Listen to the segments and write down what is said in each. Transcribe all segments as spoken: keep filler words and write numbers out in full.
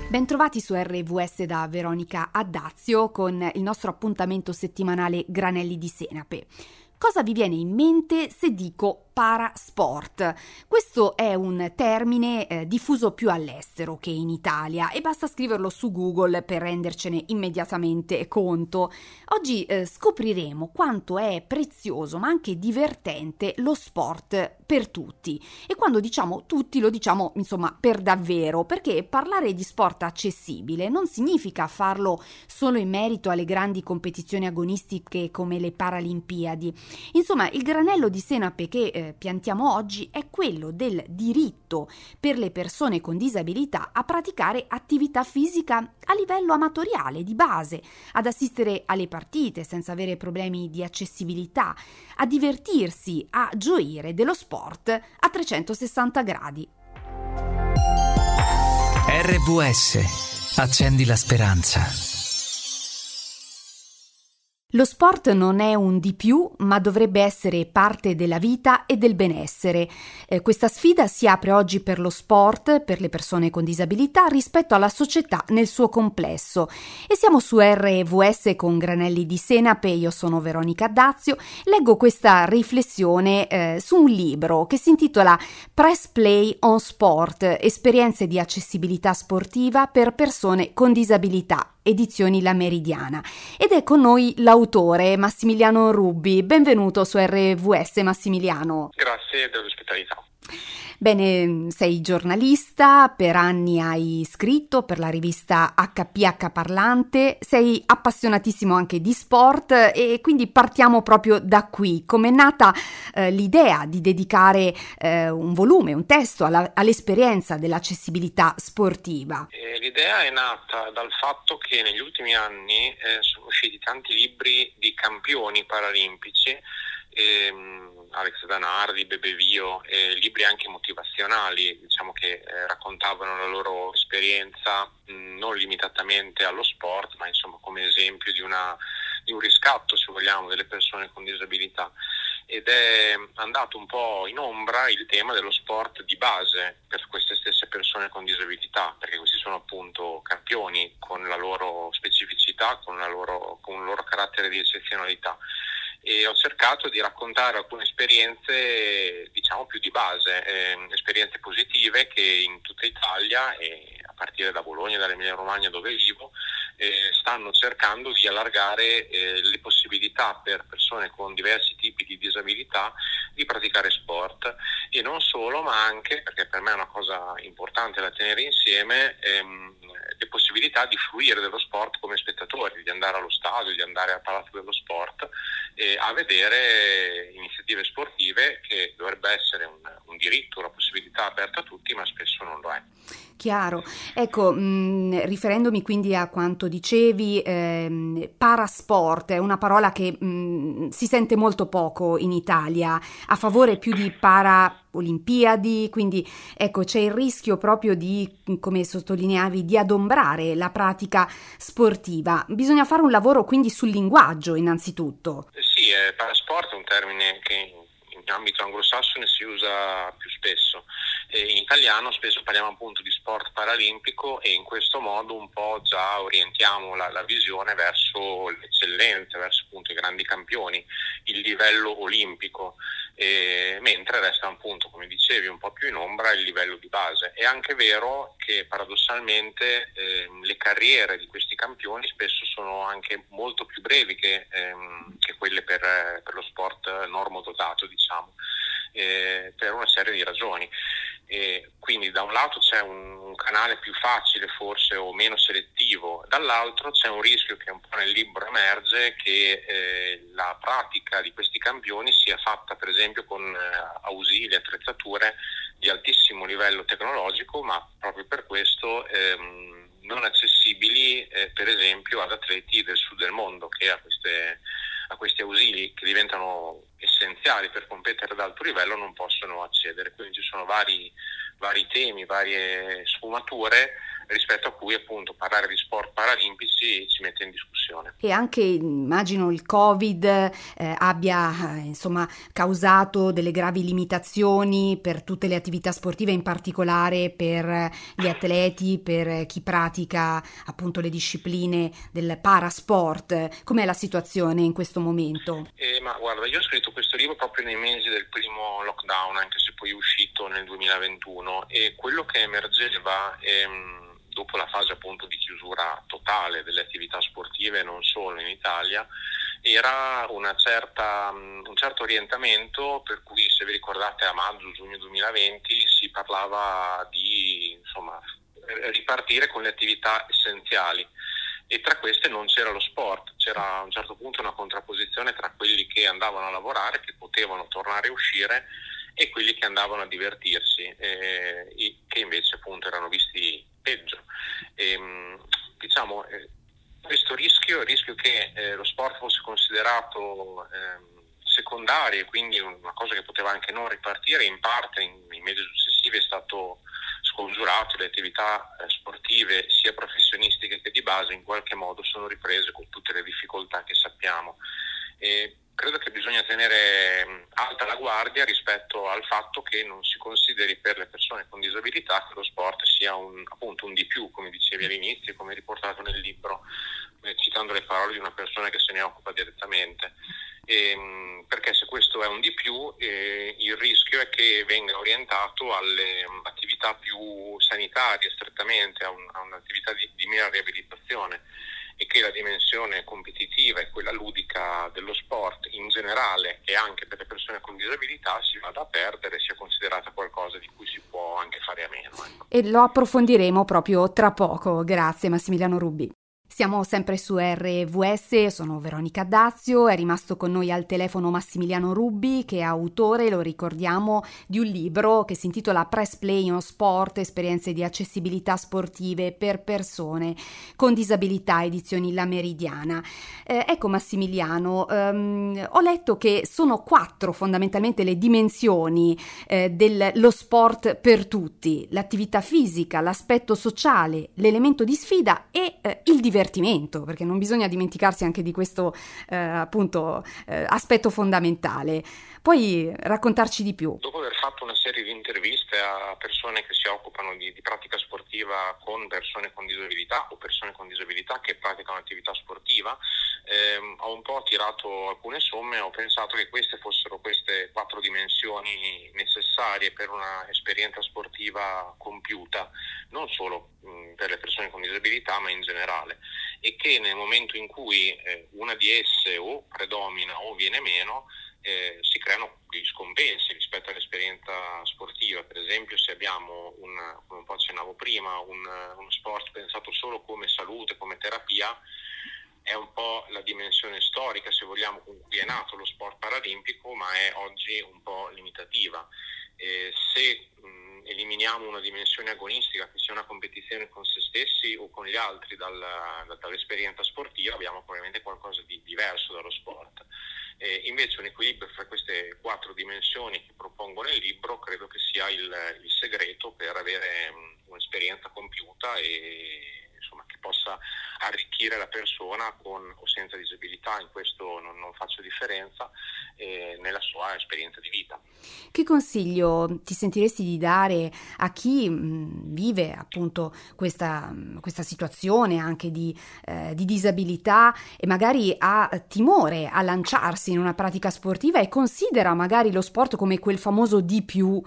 Bentrovati su R V S da Veronica Addazio con il nostro appuntamento settimanale Granelli di Senape. Cosa vi viene in mente se dico parasport? Questo è un termine eh, diffuso più all'estero che in Italia e basta scriverlo su Google per rendercene immediatamente conto. Oggi eh, scopriremo quanto è prezioso ma anche divertente lo sport per tutti. E quando diciamo tutti lo diciamo insomma per davvero, perché parlare di sport accessibile non significa farlo solo in merito alle grandi competizioni agonistiche come le Paralimpiadi. Insomma, il granello di senape che eh, piantiamo oggi è quello del diritto per le persone con disabilità a praticare attività fisica a livello amatoriale, di base, ad assistere alle partite senza avere problemi di accessibilità, a divertirsi, a gioire dello sport a trecentosessanta gradi. R V S, accendi la speranza. Lo sport non è un di più, ma dovrebbe essere parte della vita e del benessere. Eh, questa sfida si apre oggi per lo sport, per le persone con disabilità, rispetto alla società nel suo complesso. E siamo su R V S con Granelli di Senape, io sono Veronica Addazio. Leggo questa riflessione eh, su un libro che si intitola Press Play on Sport, esperienze di accessibilità sportiva per persone con disabilità. Edizioni La Meridiana, ed è con noi l'autore Massimiliano Rubbi. Benvenuto su R V S, Massimiliano. Grazie dell'ospitalità. Bene, sei giornalista, per anni hai scritto per la rivista H P H Parlante, sei appassionatissimo anche di sport e quindi partiamo proprio da qui. Com'è nata eh, l'idea di dedicare eh, un volume, un testo alla, all'esperienza dell'accessibilità sportiva? Eh, l'idea è nata dal fatto che negli ultimi anni eh, sono usciti tanti libri di campioni paralimpici, ehm, Alex Danardi, Bebe Vio, eh, libri anche motivazionali, diciamo che eh, raccontavano la loro esperienza mh, non limitatamente allo sport, ma insomma come esempio di, una, di un riscatto, se vogliamo, delle persone con disabilità. Ed è andato un po' in ombra il tema dello sport di base per queste stesse persone con disabilità, perché questi sono appunto campioni con la loro specificità, con, la loro, con un loro carattere di eccezionalità. E ho cercato di raccontare alcune esperienze, diciamo, più di base, eh, esperienze positive che in tutta Italia, e a partire da Bologna e dall'Emilia Romagna dove vivo, eh, stanno cercando di allargare eh, le possibilità per persone con diversi tipi di disabilità di praticare sport, e non solo, ma anche, perché per me è una cosa importante da tenere insieme, ehm, le possibilità di fruire dello sport come spettatori, di andare allo stadio, di andare al Palazzo dello Sport e a vedere iniziative sportive, che dovrebbe essere un, un diritto, una possibilità aperta a tutti, ma spesso non lo è. Chiaro. Ecco, mh, riferendomi quindi a quanto dicevi, ehm, parasport è una parola che mh, si sente molto poco in Italia, a favore più di Paralimpiadi, quindi ecco c'è il rischio proprio di, come sottolineavi, di adombrare la pratica sportiva. Bisogna fare un lavoro quindi sul linguaggio innanzitutto. Eh sì, eh, parasport è un termine che in ambito anglosassone si usa più spesso. E in italiano spesso parliamo appunto di sport paralimpico, e in questo modo un po' già orientiamo la, la visione verso l'eccellenza, verso appunto i grandi campioni, il livello olimpico, e, mentre resta appunto, come dicevi, un po' più in ombra il livello di base. È anche vero che paradossalmente eh, le carriere di questi campioni spesso sono anche molto più brevi che, ehm, che quelle per, per lo sport normodotato, diciamo, eh, per una serie di ragioni. E quindi da un lato c'è un, un canale più facile forse o meno selettivo, dall'altro c'è un rischio che un po' nel libro emerge, che eh, la pratica di questi campioni sia fatta per esempio con eh, ausili, attrezzature di altissimo livello tecnologico, ma proprio per questo ehm, non accessibili eh, per esempio ad atleti del sud del mondo, che a queste a questi ausili che diventano essenziali per competere ad alto livello non possono accedere. Quindi ci sono vari, vari temi, varie sfumature rispetto a cui appunto parlare di sport paralimpici ci mette in discussione. E anche immagino il Covid eh, abbia eh, insomma causato delle gravi limitazioni per tutte le attività sportive, in particolare per gli atleti, per chi pratica appunto le discipline del parasport. Com'è la situazione in questo momento? Eh, ma guarda, io ho scritto questo libro proprio nei mesi del primo lockdown, anche se poi è uscito nel duemilaventuno, e quello che emergeva ehm, dopo la fase appunto di chiusura totale delle attività sportive, non solo in Italia, era una certa, un certo orientamento per cui, se vi ricordate, a maggio-giugno duemilaventi si parlava di insomma ripartire con le attività essenziali, e tra queste non c'era lo sport. C'era a un certo punto una contrapposizione tra quelli che andavano a lavorare, che potevano tornare a uscire, e quelli che andavano a divertirsi, eh, che invece appunto erano visti peggio. E, diciamo, eh, questo rischio, il rischio che eh, lo sport fosse considerato eh, secondario, e quindi una cosa che poteva anche non ripartire, in parte in, in mesi successivi è stato scongiurato. Le attività eh, sportive sia professionistiche che di base in qualche modo sono riprese, con tutte le difficoltà che sappiamo. E credo che bisogna tenere alta la guardia rispetto al fatto che non si consideri per le persone con disabilità che lo sport sia un, appunto un di più, come dicevi all'inizio, come riportato nel libro, eh, citando le parole di una persona che se ne occupa direttamente. E, perché se questo è un di più, eh, il rischio è che venga orientato alle um, attività più sanitarie, strettamente a, un, a un'attività di, di mera riabilitazione, e che la dimensione competitiva e quella ludica dello sport in generale, e anche per le persone con disabilità, si vada a perdere, sia considerata qualcosa di cui si può anche fare a meno. Ecco. E lo approfondiremo proprio tra poco. Grazie Massimiliano Rubbi. Siamo sempre su R V S, sono Veronica Dazio, è rimasto con noi al telefono Massimiliano Rubbi, che è autore, lo ricordiamo, di un libro che si intitola Press Play on Sport, esperienze di accessibilità sportive per persone con disabilità, edizioni La Meridiana. Eh, ecco Massimiliano, ehm, ho letto che sono quattro fondamentalmente le dimensioni eh, dello sport per tutti: l'attività fisica, l'aspetto sociale, l'elemento di sfida e eh, il divertimento. Perché non bisogna dimenticarsi anche di questo eh, appunto eh, aspetto fondamentale. Puoi raccontarci di più? Dopo aver fatto una serie di interviste a persone che si occupano di, di pratica sportiva con persone con disabilità, o persone con disabilità che praticano attività sportiva, ehm, ho un po' tirato alcune somme e ho pensato che queste fossero queste quattro dimensioni necessarie per una esperienza sportiva compiuta, non solo mh, per le persone con disabilità, ma in generale, e che nel momento in cui eh, una di esse o predomina o viene meno, Eh, si creano degli scompensi rispetto all'esperienza sportiva. Per esempio, se abbiamo, un, come un po' accennavo prima, un, uno sport pensato solo come salute, come terapia, è un po' la dimensione storica, se vogliamo, con cui è nato lo sport paralimpico, ma è oggi un po' limitativa. Eh, se mh, eliminiamo una dimensione agonistica, che sia una competizione con se stessi o con gli altri dal, da, dall'esperienza sportiva, abbiamo probabilmente qualcosa di diverso dallo sport. Eh, invece un equilibrio fra queste quattro dimensioni che propongo nel libro credo che sia il, il segreto per avere um, un'esperienza compiuta e insomma che possa arricchire la persona con o senza disabilità, in questo non, non faccio differenza, eh, nella sua esperienza di vita. Che consiglio ti sentiresti di dare a chi mh, vive appunto questa, questa situazione anche di, eh, di disabilità e magari ha timore a lanciarsi in una pratica sportiva e considera magari lo sport come quel famoso di più?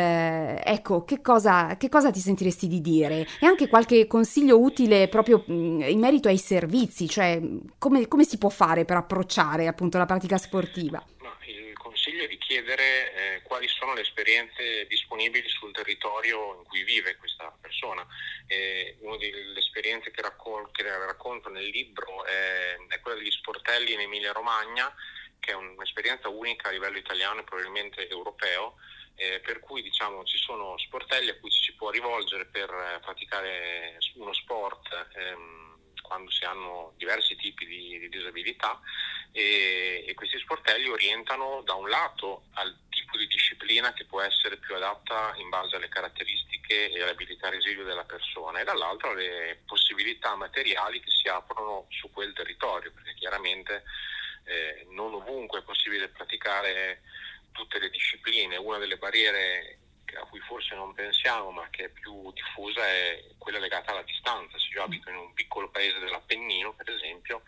Eh, ecco, che cosa, che cosa ti sentiresti di dire? E anche qualche consiglio utile proprio mh, in merito ai servizi, cioè come, come si può fare per approcciare appunto la pratica sportiva? Il consiglio è di chiedere eh, quali sono le esperienze disponibili sul territorio in cui vive questa persona. Eh, una delle esperienze che, raccol- che racconto nel libro è, è quella degli sportelli in Emilia-Romagna, che è un'esperienza unica a livello italiano e probabilmente europeo, eh, per cui diciamo ci sono sportelli a cui ci si può rivolgere per eh, praticare uno sport ehm, quando si hanno diversi tipi di, di disabilità, e, e questi sportelli orientano da un lato al tipo di disciplina disciplina che può essere più adatta in base alle caratteristiche e alle abilità residue della persona, e dall'altro le possibilità materiali che si aprono su quel territorio, perché chiaramente eh, non ovunque è possibile praticare tutte le discipline. Una delle barriere a cui forse non pensiamo ma che è più diffusa è quella legata alla distanza. Se io abito in un piccolo paese dell'Appennino, per esempio,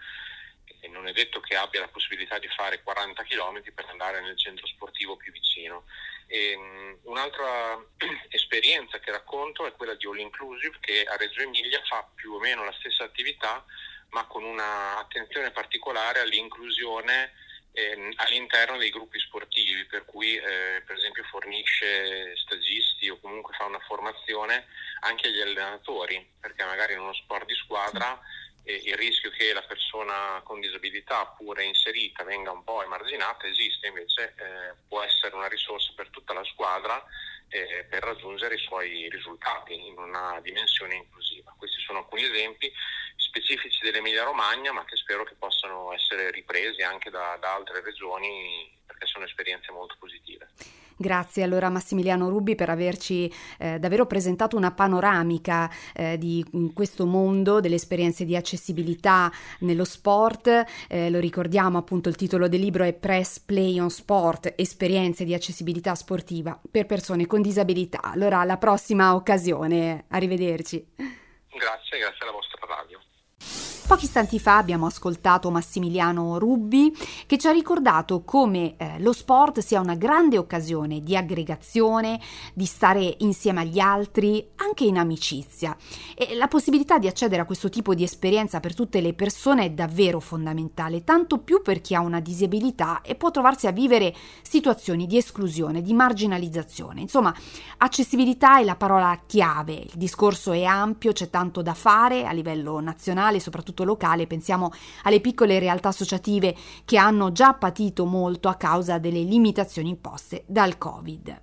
e non è detto che abbia la possibilità di fare quaranta chilometri per andare nel centro sportivo più vicino. E, um, un'altra esperienza che racconto è quella di All Inclusive, che a Reggio Emilia fa più o meno la stessa attività, ma con una attenzione particolare all'inclusione eh, all'interno dei gruppi sportivi, per cui eh, per esempio fornisce stagisti o comunque fa una formazione anche agli allenatori, perché magari in uno sport di squadra il rischio che la persona con disabilità pure inserita venga un po' emarginata esiste, invece eh, può essere una risorsa per tutta la squadra eh, per raggiungere i suoi risultati in una dimensione inclusiva. Questi sono alcuni esempi specifici dell'Emilia Romagna, ma che spero che possano essere ripresi anche da, da altre regioni, perché sono esperienze molto positive. Grazie allora Massimiliano Rubbi per averci eh, davvero presentato una panoramica eh, di questo mondo delle esperienze di accessibilità nello sport. Eh, lo ricordiamo, appunto, il titolo del libro è Press Play on Sport, esperienze di accessibilità sportiva per persone con disabilità. Allora alla prossima occasione, arrivederci. Grazie, grazie alla vostra radio. Pochi istanti fa abbiamo ascoltato Massimiliano Rubbi, che ci ha ricordato come eh, lo sport sia una grande occasione di aggregazione, di stare insieme agli altri, anche in amicizia. E la possibilità di accedere a questo tipo di esperienza per tutte le persone è davvero fondamentale, tanto più per chi ha una disabilità e può trovarsi a vivere situazioni di esclusione, di marginalizzazione. Insomma, accessibilità è la parola chiave. Il discorso è ampio, c'è tanto da fare a livello nazionale, soprattutto locale. Pensiamo alle piccole realtà associative che hanno già patito molto a causa delle limitazioni imposte dal Covid.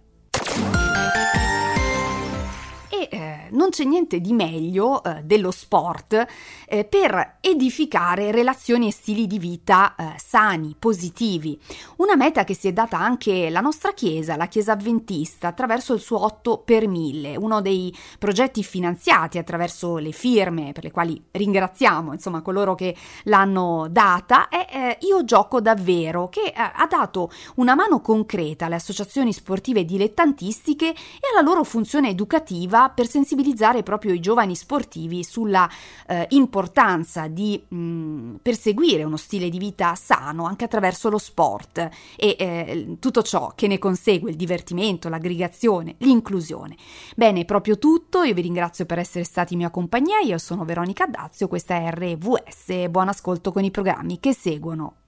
E eh, non c'è niente di meglio eh, dello sport eh, per edificare relazioni e stili di vita eh, sani, positivi. Una meta che si è data anche la nostra Chiesa, la Chiesa Avventista, attraverso il suo otto per mille, uno dei progetti finanziati attraverso le firme, per le quali ringraziamo insomma coloro che l'hanno data, è eh, Io Gioco Davvero, che eh, ha dato una mano concreta alle associazioni sportive dilettantistiche e alla loro funzione educativa per sensibilizzare proprio i giovani sportivi sulla eh, importanza di mh, perseguire uno stile di vita sano anche attraverso lo sport e eh, tutto ciò che ne consegue, il divertimento, l'aggregazione, l'inclusione. Bene, proprio tutto. Io vi ringrazio per essere stati in mia compagnia. Io sono Veronica Dazio, questa è R V S. Buon ascolto con i programmi che seguono.